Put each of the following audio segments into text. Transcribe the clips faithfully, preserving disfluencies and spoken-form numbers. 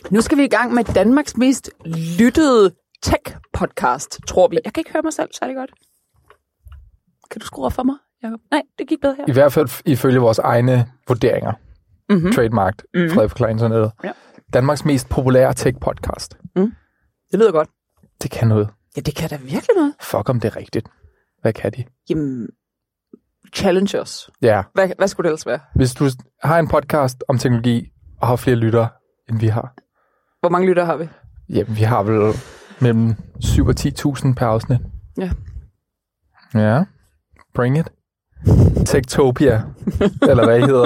Nu skal vi i gang med Danmarks mest lyttede tech-podcast, tror vi. Jeg kan ikke høre mig selv særlig godt. Kan du skrue op for mig, Jacob? Nej, det gik bedre her. I hvert fald ifølge vores egne vurderinger. Mm-hmm. Trademarked, mm-hmm. Frederik Forklarer Internettet. Ja. Danmarks mest populære tech-podcast. Mm. Det lyder godt. Det kan noget. Ja, det kan da virkelig noget. Fuck, om det er rigtigt. Hvad kan de? Jamen, challenge os. Ja. Hvad, hvad skulle det ellers være? Hvis du har en podcast om teknologi, og har flere lyttere, end vi har. Hvor mange lyttere har vi? Jamen, vi har vel mellem syv og ti tusind per afsnit. Ja. Ja. Bring it. Techtopia. Eller hvad I hedder.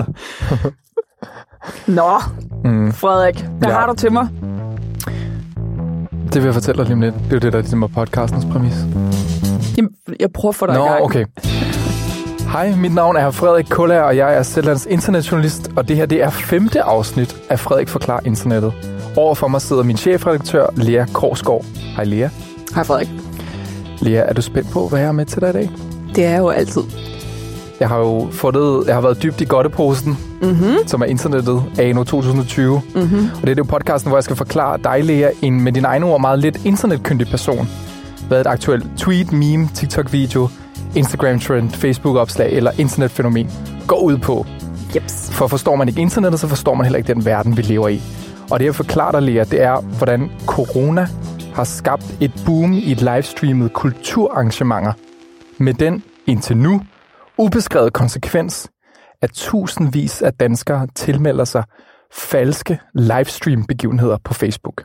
Nå, mm. Frederik, hvad ja. har du til mig? Det vil jeg fortælle dig lige om lidt. Det er jo det, der ligesom er podcastens præmis. Jamen, jeg prøver at få dig Nå, i gang. okay. Hej, mit navn er Frederik Kullager, og jeg er selvlands internetjournalist, og det her det er femte afsnit af Frederik Forklarer Internettet. Overfor mig sidder min chefredaktør, Lea Korsgaard. Hej, Lea. Hej, Frederik. Lea, er du spændt på, hvad jeg er med til dig i dag? Det er jo altid. Jeg har jo fundet, jeg har været dybt i godteposen, mm-hmm. som er internettet anno to tusind og tyve. Mm-hmm. Og det er jo podcasten, hvor jeg skal forklare dig, Lea, en med dine egne ord meget lidt internetkyndig person. Hvad et aktuelt tweet, meme, TikTok-video, Instagram-trend, Facebook-opslag eller internetfænomen går ud på. Jeps. For forstår man ikke internettet, så forstår man heller ikke den verden, vi lever i. Og det, jeg forklarer dig, Lea, det er, hvordan corona har skabt et boom i livestreamet kulturarrangementer. Med den, indtil nu, ubeskrevet konsekvens, at tusindvis af danskere tilmelder sig falske livestream-begivenheder på Facebook.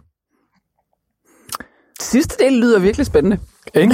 Sidste del lyder virkelig spændende. Ikke?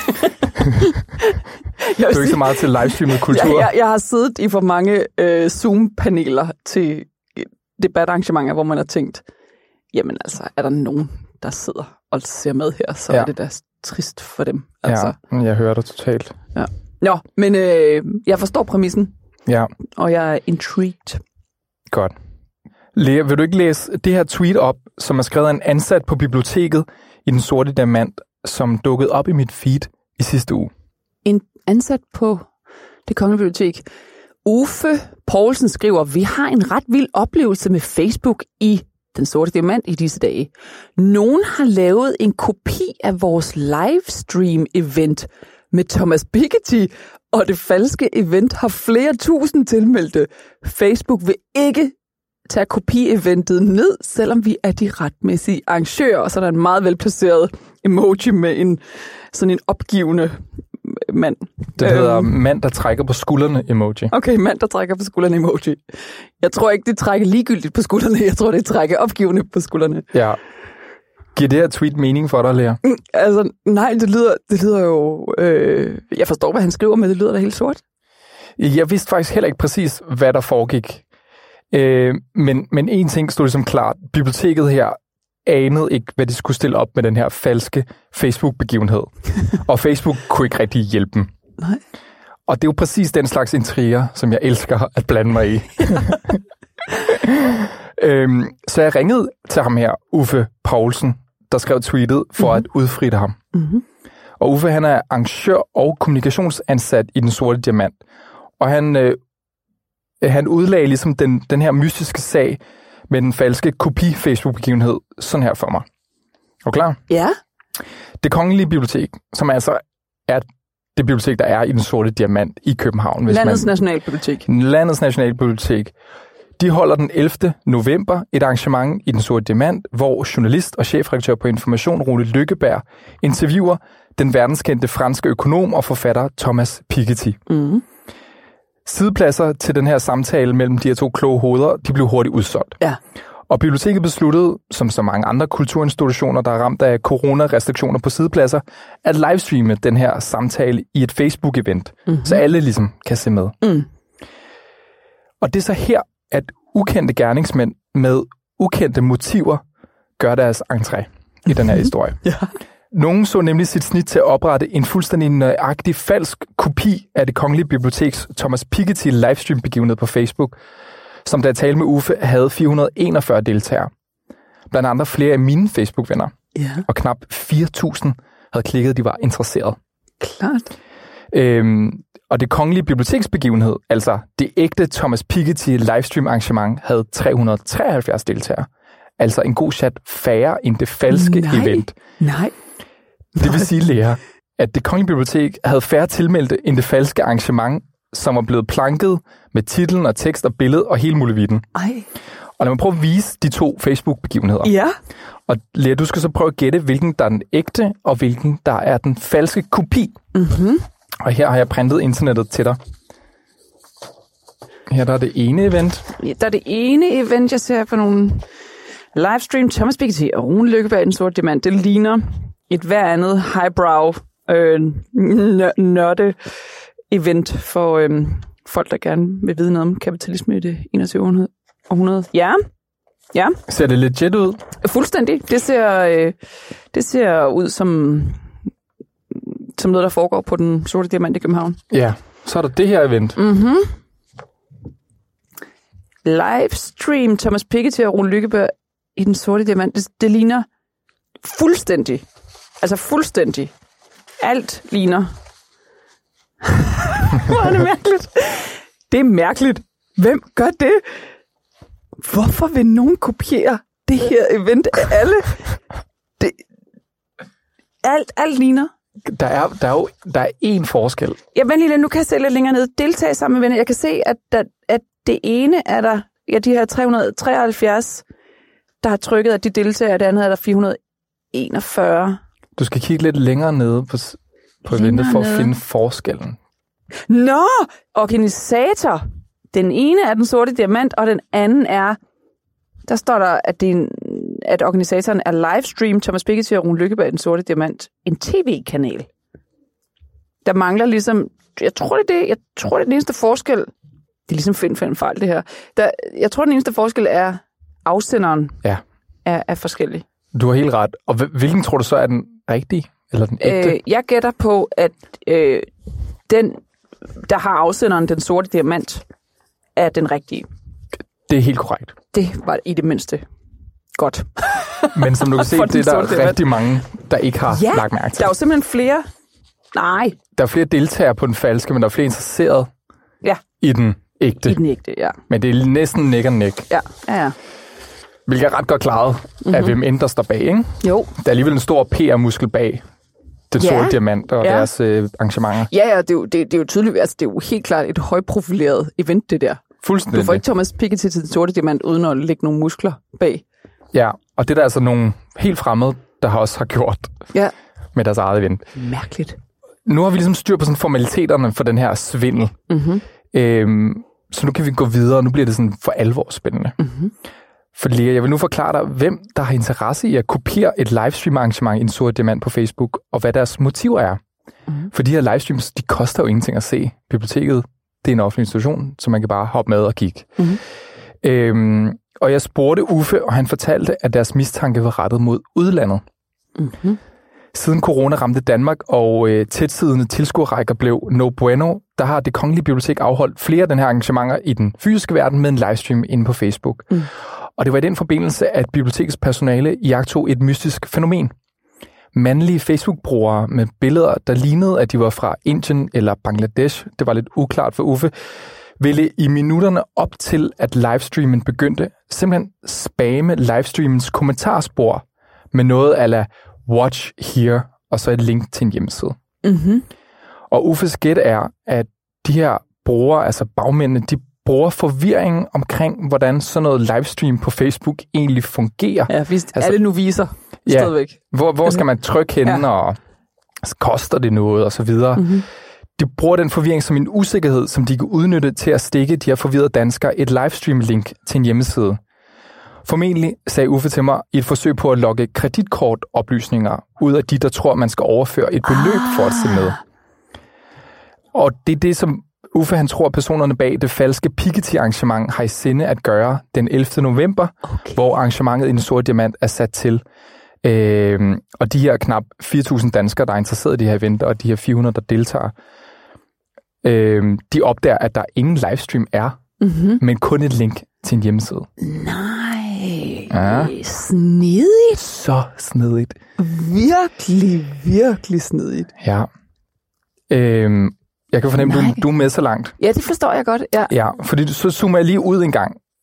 Du er ikke så meget til livestreamet kultur. Jeg, jeg, jeg har siddet i for mange øh, Zoom-paneler til debatarrangementer, hvor man har tænkt, jamen altså, er der nogen, der sidder og ser med her, så ja. er det da trist for dem. Altså. Ja, jeg hører dig totalt. Ja. Nå, men øh, jeg forstår præmissen, ja. og jeg er intrigued. Godt. Lea, vil du ikke læse det her tweet op, som er skrevet af en ansat på biblioteket i Den Sorte Diamant, som dukkede op i mit feed i sidste uge? En ansat på Det Kongelige Bibliotek. Uffe Poulsen skriver, vi har en ret vild oplevelse med Facebook i Den Sorte Diamant i disse dage. Nogen har lavet en kopi af vores livestream-event med Thomas Piketty, og det falske event har flere tusind tilmeldte. Facebook vil ikke tage kopi-eventet ned, selvom vi er de retmæssige arrangører. Og så er der en meget velplaceret emoji med en sådan en opgivende mand. Det hedder øhm. mand, der trækker på skuldrene emoji. Okay, mand, der trækker på skuldrene emoji. Jeg tror ikke, det trækker ligegyldigt på skuldrene. Jeg tror, det trækker opgivende på skuldrene. Ja. Giver det her tweet mening for dig, Lea? Mm, altså, nej, det lyder, det lyder jo... Øh, jeg forstår, hvad han skriver, men det lyder da helt sort. Jeg vidste faktisk heller ikke præcis, hvad der foregik. Øh, men, men en ting stod ligesom klart. Biblioteket her anede ikke, hvad de skulle stille op med den her falske Facebook-begivenhed. Og Facebook kunne ikke rigtig hjælpe dem. Nej. Og det er jo præcis den slags intriger, som jeg elsker at blande mig i. øhm, så jeg ringede til ham her, Uffe Poulsen, der skrev tweetet for mm-hmm. at udfritte ham. Mm-hmm. Og Uffe, han er arrangør og kommunikationsansat i Den Sorte Diamant. Og han, øh, han udlagde ligesom den, den her mystiske sag med den falske kopi-Facebook-begivenhed sådan her for mig. Er du klar? Ja. Det Kongelige Bibliotek, som altså er det bibliotek, der er i Den Sorte Diamant i København. Hvis Landets man, Nationalbibliotek. Landets Nationalbibliotek. De holder den ellevte november et arrangement i Den Sorte Diamant, hvor journalist og chefredaktør på Information, Rune Lykkeberg, interviewer den verdenskendte franske økonom og forfatter Thomas Piketty. Mm. Sidepladser til den her samtale mellem de her to kloge hoveder, de blev hurtigt udsolgt. Ja. Og biblioteket besluttede, som så mange andre kulturinstitutioner, der er ramt af coronarestriktioner på sidepladser, at livestreame den her samtale i et Facebook-event, mm-hmm. så alle ligesom kan se med. Mm. Og det er så her, at ukendte gerningsmænd med ukendte motiver gør deres entré i den her historie. Ja. Nogen så nemlig sit snit til at oprette en fuldstændig nøjagtig falsk kopi af Det Kongelige Biblioteks Thomas Piketty livestream-begivenhed på Facebook, som da jeg talte med Uffe, havde fire hundrede og enogfyrre deltagere. Blandt andre flere af mine Facebook-venner. Ja. Og knap fire tusind havde klikket, at de var interesseret. Klart. Øhm, og Det Kongelige Biblioteksbegivenhed, altså det ægte Thomas Piketty livestream arrangement, havde tre hundrede og treoghalvfjerds deltagere. altså en god chat færre end det falske nej, event. Nej. Det vil sige, Lea, at Det Kongelige Bibliotek havde færre tilmeldte end det falske arrangement, som var blevet planket med titlen og tekst og billede og hele muligheden. Ej. Og lad mig prøve at vise de to Facebook-begivenheder. Ja. Og Lea, du skal så prøve at gætte, hvilken der er den ægte, og hvilken der er den falske kopi. Mhm. Og her har jeg printet internettet til dig. Her der er det ene event. Ja, der er det ene event, jeg ser på nogle livestream. Thomas Piketty og Rune Lykkeberg, Den Sorte Diamant. Det ligner et hver andet highbrow øh, nørde event for øh, folk, der gerne vil vide noget om kapitalisme i det enogtyvende århundrede. Ja, ja. Ser det legit ud? Fuldstændig. Det ser, øh, det ser ud som, som noget, der foregår på Den Sorte Diamant i København. Ja, så er der det her event. Mhm. Livestream Thomas Piketty og Rune Lykkeberg i Den Sorte Diamant. Det, det ligner fuldstændig. Altså fuldstændig. Alt ligner. Hvor er det mærkeligt. Det er mærkeligt. Hvem gør det? Hvorfor vil nogen kopiere det her event af alle? Det, alt, alt ligner. Der er, der er jo der er én forskel. Ja, men lige nu kan jeg se lidt længere ned. Deltage sammen med venner. Jeg kan se, at, der, at det ene er der, ja, de her tre hundrede treoghalvfjerds, der har trykket, at de deltager, og det andet er der fire hundrede enogfyrre. Du skal kigge lidt længere nede på, på eventet for at finde forskellen. Nå, organisator. Den ene er Den Sorte Diamant, og den anden er, der står der, at, det er en, at organisatoren er livestream Thomas Piketty og Rune Lykkeberg Den Sorte Diamant. En tv-kanal. Der mangler ligesom, jeg tror det er det, jeg tror det er den eneste forskel. Det er ligesom find for en fejl, det her. Der, jeg tror, den eneste forskel er, afsenderen ja. er, er forskellig. Du har helt ret. Og hvilken tror du så er den rigtige, eller den ægte? Øh, jeg gætter på, at øh, den, der har afsenderen Den Sorte Diamant, er den rigtige. Det er helt korrekt. Det var i det mindste godt. Men som du kan se, det er der diamant. rigtig mange, der ikke har ja, lagt mærke til. Der er jo simpelthen flere. Nej. Der er flere deltagere på den falske, men der er flere interesserede ja. i den ægte. I den ægte, ja. Men det er næsten næk og næk. Ja, ja, ja. Hvilket er ret godt klaret mm-hmm. af, hvem end der står bag, ikke? Jo. Der er alligevel en stor P R-muskel bag Den Sorte ja. Diamant og ja. deres øh, arrangementer. Ja, ja, det er, jo, det, det er jo tydeligt, altså det er jo helt klart et højprofileret event, det der. Fuldstændig. Du får ikke Thomas Piketty til Den Sorte Diamant, uden at lægge nogle muskler bag. Ja, og det er der altså nogle helt fremmede, der har også har gjort ja. med deres eget event. Mærkeligt. Nu har vi ligesom styr på sådan formaliteterne for den her svindel. Mm-hmm. Øhm, så nu kan vi gå videre, og nu bliver det sådan for alvor spændende. Mm-hmm. For Lea, jeg vil nu forklare dig, hvem der har interesse i at kopiere et livestream-arrangement i Den Sorte Diamant på Facebook, og hvad deres motiver er. Mm-hmm. For de her livestreams, de koster jo ingenting at se. Biblioteket, det er en offentlig institution, så man kan bare hoppe med og kigge. Mm-hmm. Øhm, og jeg spurgte Uffe, og han fortalte, at deres mistanke var rettet mod udlandet. Mm-hmm. Siden corona ramte Danmark, og øh, tætsidende tilskuerrækker blev no bueno, der har Det Kongelige Bibliotek afholdt flere af den her arrangementer i den fysiske verden med en livestream inde på Facebook. Mm. Og det var i den forbindelse, at bibliotekets personale iagttog et mystisk fænomen. Mandlige Facebook-brugere med billeder, der lignede, at de var fra Indien eller Bangladesh, det var lidt uklart for Uffe, ville i minutterne op til, at livestreamen begyndte, simpelthen spamme livestreamens kommentarspor med noget a la watch here, og så et link til en hjemmeside. Mm-hmm. Og Uffes gæt er, at de her brugere, altså bagmændene, de bruger forvirringen omkring, hvordan sådan noget livestream på Facebook egentlig fungerer. Ja, hvis altså, alle nu viser ja, stadigvæk. Hvor, hvor skal man trykke henne, ja. og koster det noget, og så videre. Mm-hmm. De bruger den forvirring som en usikkerhed, som de kan udnytte til at stikke de her forvirrede danskere et livestream-link til en hjemmeside. Formentlig, sagde Uffe til mig, i et forsøg på at logge kreditkortoplysninger ud af de, der tror, man skal overføre et beløb ah. for at se med. Og det er det, som Uffe han tror, personerne bag det falske Piketty-arrangement har i sinde at gøre den ellevte november, okay. hvor arrangementet i Den Sorte Diamant er sat til. Øhm, og de her knap fire tusind danskere, der er interesseret i de her eventer, og de her fire hundrede, der deltager, øhm, de opdager, at der ingen livestream er, mm-hmm. men kun et link til en hjemmeside. Nej, ja. Snedigt. Så snedigt. Virkelig, virkelig snedigt. Ja. Øhm, jeg kan fornemme, du, du er med så langt. Ja, det forstår jeg godt. Ja, ja fordi så zoomer jeg lige ud en gang.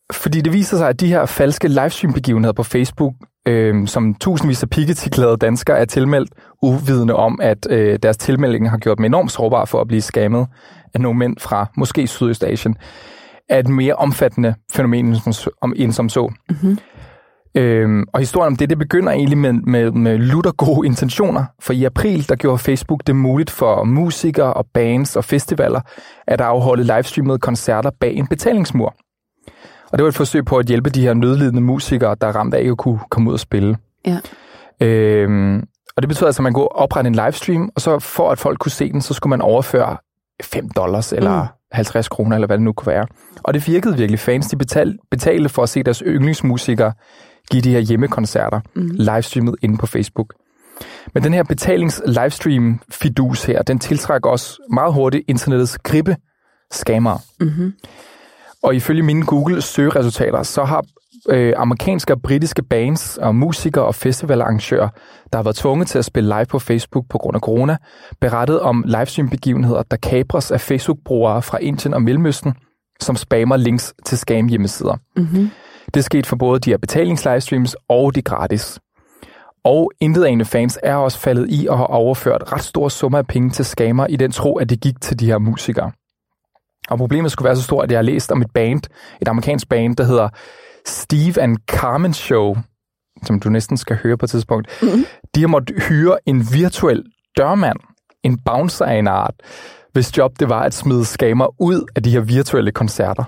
fordi det viser sig, at de her falske livestream-begivenheder på Facebook, øh, som tusindvis af piggetilglade danskere er tilmeldt, uvidende om, at øh, deres tilmelding har gjort dem enormt sårbare for at blive scammet af nogle mænd fra måske Sydøstasien, er et mere omfattende fænomen end som så. Mm-hmm. Øhm, og historien om det, det begynder egentlig med, med, med lutter gode intentioner, for i april, der gjorde Facebook det muligt for musikere og bands og festivaler at afholde livestreamede koncerter bag en betalingsmur. Og det var et forsøg på at hjælpe de her nødlidende musikere, der ramte af ikke at kunne komme ud og spille. Ja. Øhm, og det betyder altså, at man går oprette en livestream, og så for at folk kunne se den, så skulle man overføre fem dollars eller mm. halvtreds kroner, eller hvad det nu kunne være. Og det virkede virkelig. Fans, de betal, betalte for at se deres yndlingsmusikere give de her hjemmekoncerter mm. livestreamet inde på Facebook. Men den her betalings-livestream-fidus her, den tiltrækker også meget hurtigt internettets gribe scammer. Mm-hmm. Og ifølge mine Google-søgeresultater, så har øh, amerikanske og britiske bands og musikere og festivalarrangører, der har været tvunget til at spille live på Facebook på grund af corona, berettet om livestream-begivenheder, der kapres af Facebook-brugere fra Indien og Mellemøsten, som spammer links til scam-hjemmesider. Mm-hmm. Det er sket for både de her betalings-livestreams og de gratis. Og intetanende fans er også faldet i og har overført ret store summer af penge til scammer i den tro, at det gik til de her musikere. Og problemet skulle være så stort, at jeg har læst om et band, et amerikansk band, der hedder Steve and Carmen Show, som du næsten skal høre på et tidspunkt. Mm-hmm. De har måttet hyre en virtuel dørmand, en bouncer af en art, hvis job det var at smide scammer ud af de her virtuelle koncerter.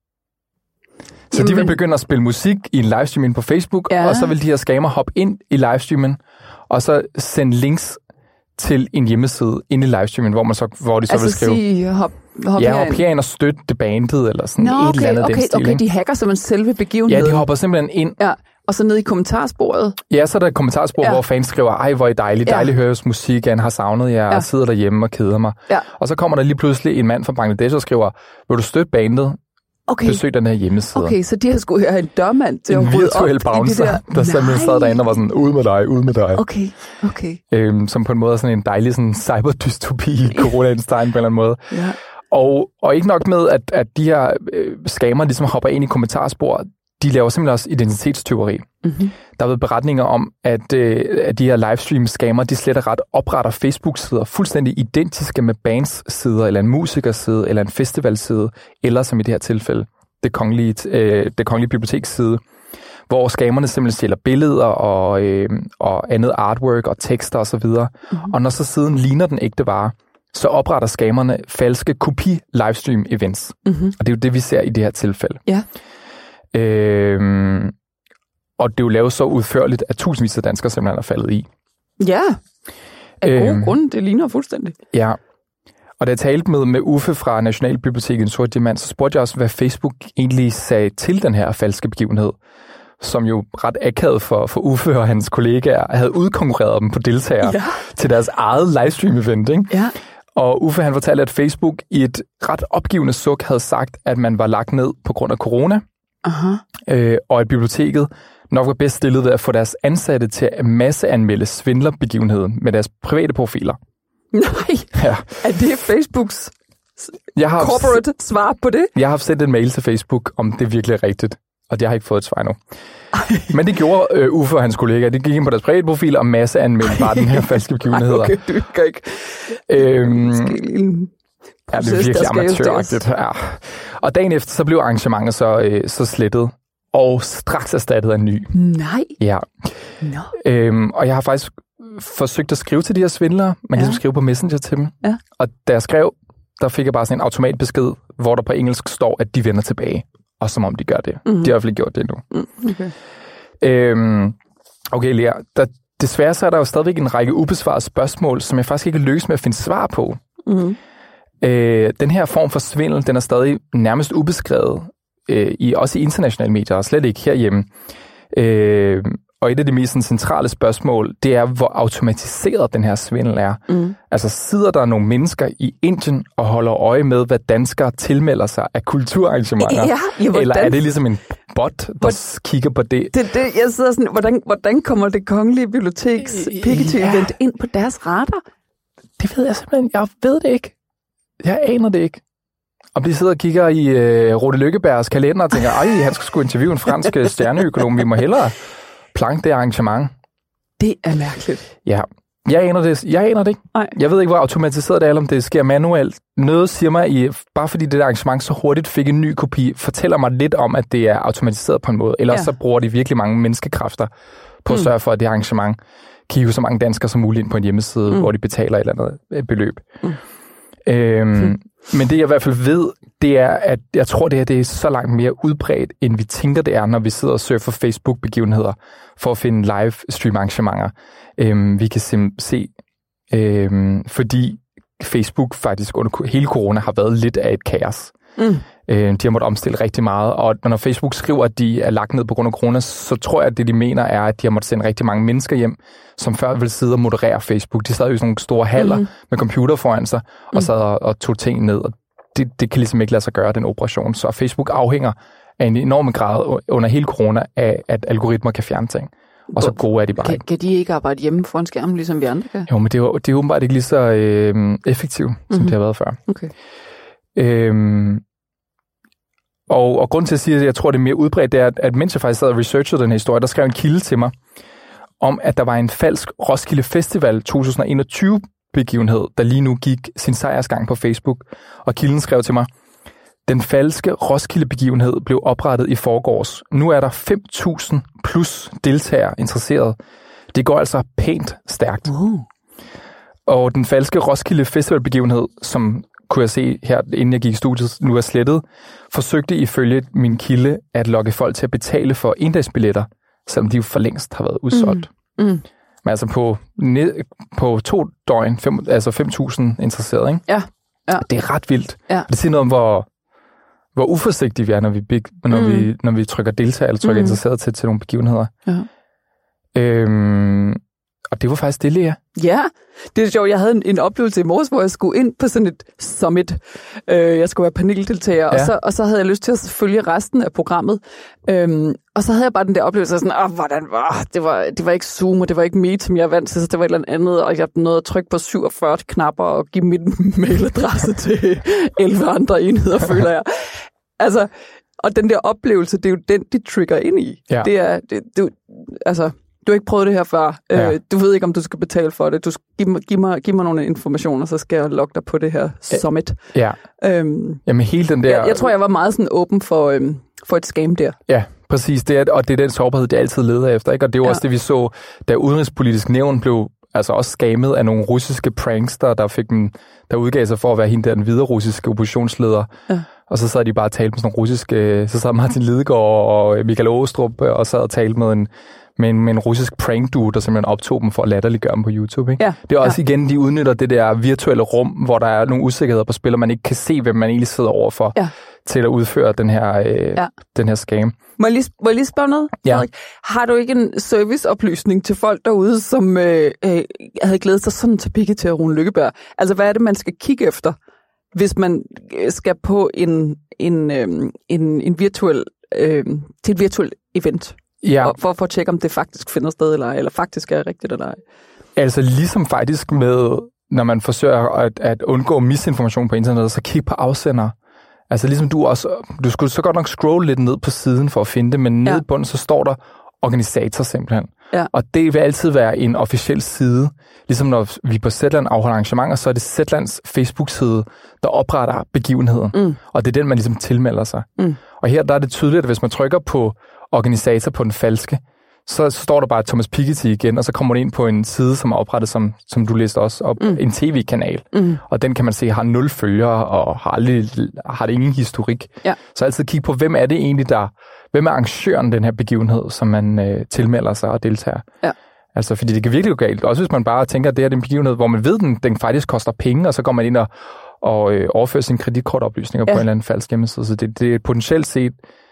Så Jamen. de vil begynde at spille musik i en livestream ind på Facebook, ja. og så vil de her scammer hoppe ind i livestreamen, og så sende links til en hjemmeside inde i livestreamen, hvor, man så, hvor de så altså vil skrive... Sige, hop, hop ja, hop herind og støtte det bandet, eller sådan Nå, et okay, eller andet okay, den stil. Okay, de hacker som selve begivenheden. Ja, de hopper simpelthen ind. Ja, og så ned i kommentarsporet. Ja, så er der et kommentarspor, ja. hvor fans skriver, ej, hvor er I dejligt, dejligt ja. høres musik, jeg har savnet jer, ja. og sidder derhjemme og keder mig. Ja. Og så kommer der lige pludselig en mand fra Bangladesh og skriver, vil du støtte bandet? Okay. Besøg den her hjemmeside. Okay, så de har sgu have en dørmand til en at rydde op virtuel bouncer, der, der simpelthen sad derinde og var sådan, ud med dig, ud med dig. Okay, okay. Øhm, som på en måde er sådan en dejlig sådan cyberdystopi, coronaens tegn på en eller anden måde. Ja. Og, og ikke nok med, at, at de her øh, scammer ligesom hopper ind i kommentarspor, de laver simpelthen også identitetstyveri. Mm-hmm. Der har været beretninger om, at, øh, at de her livestream-scammer, de slet og ret opretter Facebook-sider fuldstændig identiske med bands-sider, eller en musikers-side, eller en festivalside, eller som i det her tilfælde, det kongelige, øh, det kongelige biblioteksside, hvor scammerne simpelthen stjæler billeder og, øh, og andet artwork og tekster osv. Mm-hmm. Og når så siden ligner den ægte vare, så opretter scammerne falske kopi-livestream-events. Mm-hmm. Og det er jo det, vi ser i det her tilfælde. Ja. Øhm, og det er jo lavet så udførligt, at tusindvis af danskere simpelthen er faldet i. Ja, af gode øhm, grunde, det ligner fuldstændig. Ja, og da jeg talte med, med Uffe fra Nationalbiblioteket i Sorte Diamant, så spurgte jeg også, hvad Facebook egentlig sagde til den her falske begivenhed, som jo ret akavet for, for Uffe og hans kollegaer havde udkonkurreret dem på deltagere ja. til deres eget livestream-event, ikke? Ja. Og Uffe han fortalte, at Facebook i et ret opgivende suk havde sagt, at man var lagt ned på grund af corona, uh-huh. øh, og at biblioteket nok var bedst stillet ved at få deres ansatte til at masseanmelde svindlerbegivenheden med deres private profiler. Nej, ja. Er det Facebooks jeg har corporate s- svar på det? Jeg har sendt en mail til Facebook, om det virkelig er rigtigt, og jeg har ikke fået et svar nu. Ej. Men det gjorde øh, Uffe og hans kollegaer. De gik ind på deres private profiler og masseanmeldte bare den her falske begivenhed. Okay, du kan ikke... Øhm, ja, det er virkelig amatøragtigt. Ja. Og dagen efter, så blev arrangementet så, øh, så slettet, og straks erstattet af en ny. Nej. Ja. No. Øhm, og jeg har faktisk forsøgt at skrive til de her svindlere. Man kan ja. ligesom skrive på Messenger til dem. Ja. Og da jeg skrev, der fik jeg bare sådan en automatbesked, hvor der på engelsk står, at de vender tilbage. Og som om de gør det. Mm-hmm. De har i hvert fald gjort det nu. Mm, okay. Øhm, okay, Lea. Der, desværre så er der jo stadigvæk en række ubesvarede spørgsmål, som jeg faktisk ikke lykkes med at finde svar på. Mm-hmm. Øh, den her form for svindel, den er stadig nærmest ubeskrevet. Øh, i, også i internationale medier, og slet ikke herhjemme. Øh, og et af de mest centrale spørgsmål, det er, hvor automatiseret den her svindel er. Mm. Altså sidder der nogle mennesker i Indien og holder øje med, hvad danskere tilmelder sig af kulturarrangementer? Ja, ja, eller er det ligesom en bot, der Hvor, kigger på det? det, det jeg sidder sådan, hvordan, hvordan kommer det kongelige biblioteks Pikachu-event ja. ind på deres radar? Det ved jeg simpelthen, jeg ved det ikke. Jeg aner det ikke. om de sidder og kigger i øh, Rutte Lykkebergs kalender og tænker, ej, han skal sgu interviewe en fransk stjerneøkonom, vi må hellere planke det arrangement. Det er mærkeligt. Ja, jeg aner det, jeg aner det ikke. Nej. Jeg ved ikke, hvor automatiseret det er, eller om det sker manuelt. Noget siger mig, i, bare fordi det der arrangement så hurtigt fik en ny kopi, fortæller mig lidt om, at det er automatiseret på en måde. Ellers ja. så bruger de virkelig mange menneskekræfter på at sørge for, at det arrangement kan hive så mange danskere som muligt ind på en hjemmeside, mm. hvor de betaler et eller andet beløb. Mm. Øhm, mm. Men det jeg i hvert fald ved, det er, at jeg tror, det her det er så langt mere udbredt, end vi tænker, det er, når vi sidder og surfer Facebook-begivenheder for at finde live-stream-arrangementer. Øhm, vi kan sim- se, øhm, fordi Facebook faktisk under hele corona har været lidt af et kaos. Mm. Øh, de har måttet omstille rigtig meget, og når Facebook skriver, at de er lagt ned på grund af corona, så tror jeg, at det de mener er, at de har måttet sende rigtig mange mennesker hjem, som før ville sidde og moderere Facebook. De sad jo i sådan nogle store haller mm. med computer foran sig, og sad og, og tog ting ned, og det, det kan ligesom ikke lade sig gøre, den operation. Så Facebook afhænger af en enorm grad under hele corona af, at algoritmer kan fjerne ting. Og så gode er de bare kan, ikke. Kan de ikke arbejde hjemme foran skærmen, ligesom vi andre kan? Jo, men det er, det er åbenbart ikke lige så øh, effektivt, som mm-hmm. det har været før. Okay. Øhm, og, og grund til at sige, at jeg tror, det er mere udbredt, det er, at, at mens jeg faktisk sad og researchede den her historie, der skrev en kilde til mig, om at der var en falsk Roskilde Festival to tusind og enogtyve begivenhed, der lige nu gik sin sejrsgang på Facebook. Og kilden skrev til mig, den falske Roskilde begivenhed blev oprettet i forgårs. Nu er der fem tusind plus deltagere interesseret. Det går altså pænt stærkt. Uh. Og den falske Roskilde Festival begivenhed, som kunne jeg se her, inden jeg gik i studiet, nu er slettet, forsøgte ifølge min kilde at lokke folk til at betale for endagsbilletter, selvom de jo for længst har været udsolgt. Mm. Mm. Men altså på, på to døgn, fem, altså fem tusind interesserede, ikke? Ja. Ja. Det er ret vildt. Ja. Det siger noget om, hvor, hvor uforsigtige vi er, når vi, når mm. vi, når vi trykker deltager eller trykker mm. interesseret til, til nogle begivenheder. Ja. Øhm, og det var faktisk det, Lea. Ja, det er sjovt. Jeg havde en, en oplevelse i morges, hvor jeg skulle ind på sådan et summit. Øh, jeg skulle være paneldeltager, ja. og, så, og så havde jeg lyst til at følge resten af programmet. Øhm, og så havde jeg bare den der oplevelse af sådan, åh, hvordan var det? Var, det var ikke Zoom, og det var ikke Meet, som jeg er vant til, så det var et eller andet, og jeg nåede at trykke på syvogfyrre knapper og give min mailadresse til elleve andre enheder, føler jeg. Altså, og den der oplevelse, det er jo den, de trigger ind i. Ja. Det er, det, det, altså... Du har ikke prøvet det her før. Ja. Øh, du ved ikke, om du skal betale for det. Du skal give mig, give mig, give mig nogle informationer, så skal jeg logge dig på det her summit. Ja. Øhm, Jamen hele den der... Jeg, jeg tror, jeg var meget sådan åben for, øhm, for et scam der. Ja, præcis. Det er, og det er den sårbarhed, det altid leder efter. Ikke? Og det er jo ja. også det, vi så, da Udenrigspolitisk Nævn blev altså også skammet af nogle russiske prankster, der fik dem, der udgav sig for at være hende der, den hvide russiske oppositionsleder. Ja. Og så sad de bare og talte med sådan nogle russiske... Så sad Martin Lidegaard og Michael Aastrup og sad og talte med en... Med en, med en russisk prank-duo, der simpelthen optog dem for at latterliggøre dem på YouTube. Ikke? Ja, det er også ja. igen, de udnytter det der virtuelle rum, hvor der er nogle usikkerheder på spil, og man ikke kan se, hvem man egentlig sidder overfor, ja. til at udføre den her, øh, ja. den her scam. Må jeg lige, må jeg lige spørge noget, ja. Har du ikke en serviceoplysning til folk derude, som øh, øh, havde glædet sig sådan til pikke til Rune Lykkeberg? Altså, hvad er det, man skal kigge efter, hvis man skal på en, en, øh, en, en virtuel, øh, til et virtuelt event? Ja. For, for at tjekke, om det faktisk finder sted, eller, eller faktisk er rigtigt eller ej. Altså ligesom faktisk med, når man forsøger at, at undgå misinformation på internettet, så kig på afsender. Altså ligesom du også, du skulle så godt nok scrolle lidt ned på siden for at finde det, men ned ja. i bunden, så står der organisator simpelthen. Ja. Og det vil altid være en officiel side. Ligesom når vi på Zetland afholder arrangementer, så er det Zetlands Facebook-side, der opretter begivenheden. Mm. Og det er den, man ligesom tilmelder sig. Mm. Og her der er det tydeligt, at hvis man trykker på organisator på den falske, så, så står der bare Thomas Piketty igen, og så kommer man ind på en side, som er oprettet, som, som du læste også op, mm. en tv-kanal. Mm. Og den kan man se har nul følgere, og har, aldrig, har det ingen historik. Ja. Så altid kig på, hvem er det egentlig, der... Hvem er arrangøren den her begivenhed, som man øh, tilmelder sig og deltager? Ja. Altså, fordi det kan virkelig gå galt. Også hvis man bare tænker, at det er en begivenhed, hvor man ved, den, den faktisk koster penge, og så går man ind og, og øh, overfører sine kreditkortoplysninger ja. på en eller anden falsk hjemmeside. Så det, det er potentielt set,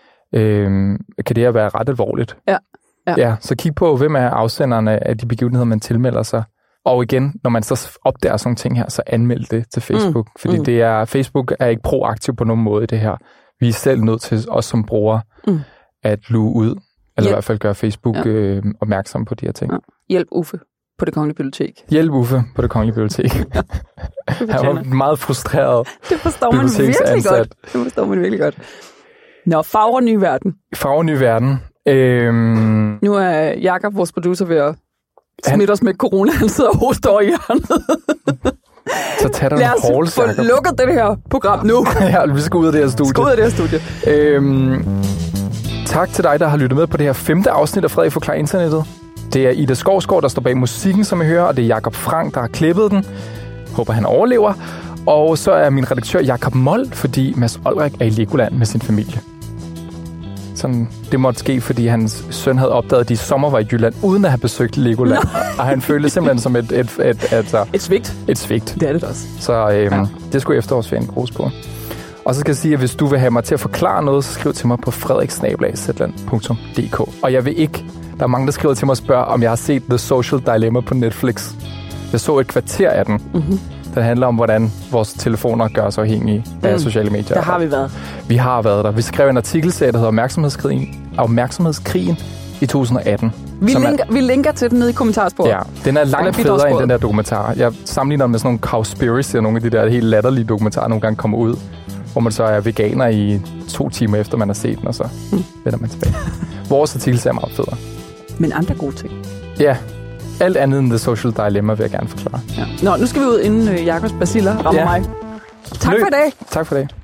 øh, kan det her være ret alvorligt. Ja. Ja. ja. Så kig på, hvem er afsenderne af de begivenheder, man tilmelder sig. Og igen, når man så opdager sådan nogle ting her, så anmeld det til Facebook. Mm. Fordi mm. det er, Facebook er ikke proaktiv på nogen måde i det her. Vi er selv nødt til, os som brugere, mm. at luge ud, eller Hjælp. i hvert fald gøre Facebook ja. øh, opmærksom på de her ting. Ja. Hjælp Uffe. på Det Kongelige Bibliotek. Hjælp Uffe på Det Kongelige Bibliotek. Han var meget frustreret. Det forstår man virkelig godt. Det forstår man virkelig godt. Nå, Fagre Ny Verden. Fagre Ny Verden. Øhm... Nu er Jakob, vores producer, ved at smitte os med corona. Han sidder og hoster over i hjørnet. Så tag dig nogle halls, Jakob. Lad os få lukket det her program nu. Ja, vi skal ud af det her studie. Skal ud af det her studie. Øhm... Tak til dig, der har lyttet med på det her femte afsnit af Frederik Forklarer Internettet. Det er Ida Skovsgaard, der står bag musikken, som I hører, og det er Jakob Frank, der har klippet den. Håber, han overlever. Og så er min redaktør Jakob Mold, fordi Mads Olrik er i Legoland med sin familie. Sådan, det måtte ske, fordi hans søn havde opdaget, at de i sommer var i Jylland, uden at have besøgt Legoland. No. Og han følte simpelthen som et... Et, et, et, altså, et svigt. Et svigt. Det er det også. Så øhm, ja. Det skulle efterårsferien grus på. Og så skal jeg sige, at hvis du vil have mig til at forklare noget, så skriv til mig på fredrik snabel-a zetland punktum d k. Og jeg vil ikke... Der er mange, der skriver til mig og spørger, om jeg har set The Social Dilemma på Netflix. Jeg så et kvarter af den. Mm-hmm. Den handler om, hvordan vores telefoner gør os afhængige af mm. sociale medier. Der har vi været. Vi har været der. Vi skrev en artikelserie, der hedder Opmærksomhedskrigen, Opmærksomhedskrigen i to tusind og atten. Vi linker, er, vi linker til den nede i kommentarsporet. Ja, den er langt federe end den der dokumentar. Jeg sammenligner den med sådan nogle Cowspiracy og nogle af de der helt latterlige dokumentarer, nogle gange kommer ud, hvor man så er veganer i to timer efter, man har set den, og så mm. vender man tilbage. Vores artikelserie er meget federe. Men andre gode ting. Ja, alt andet end The Social Dilemma vil jeg gerne forklare. Ja. Nå, nu skal vi ud, inden Jakobs baciller rammer ja. mig. Tak Løb. for i dag. Tak for i dag.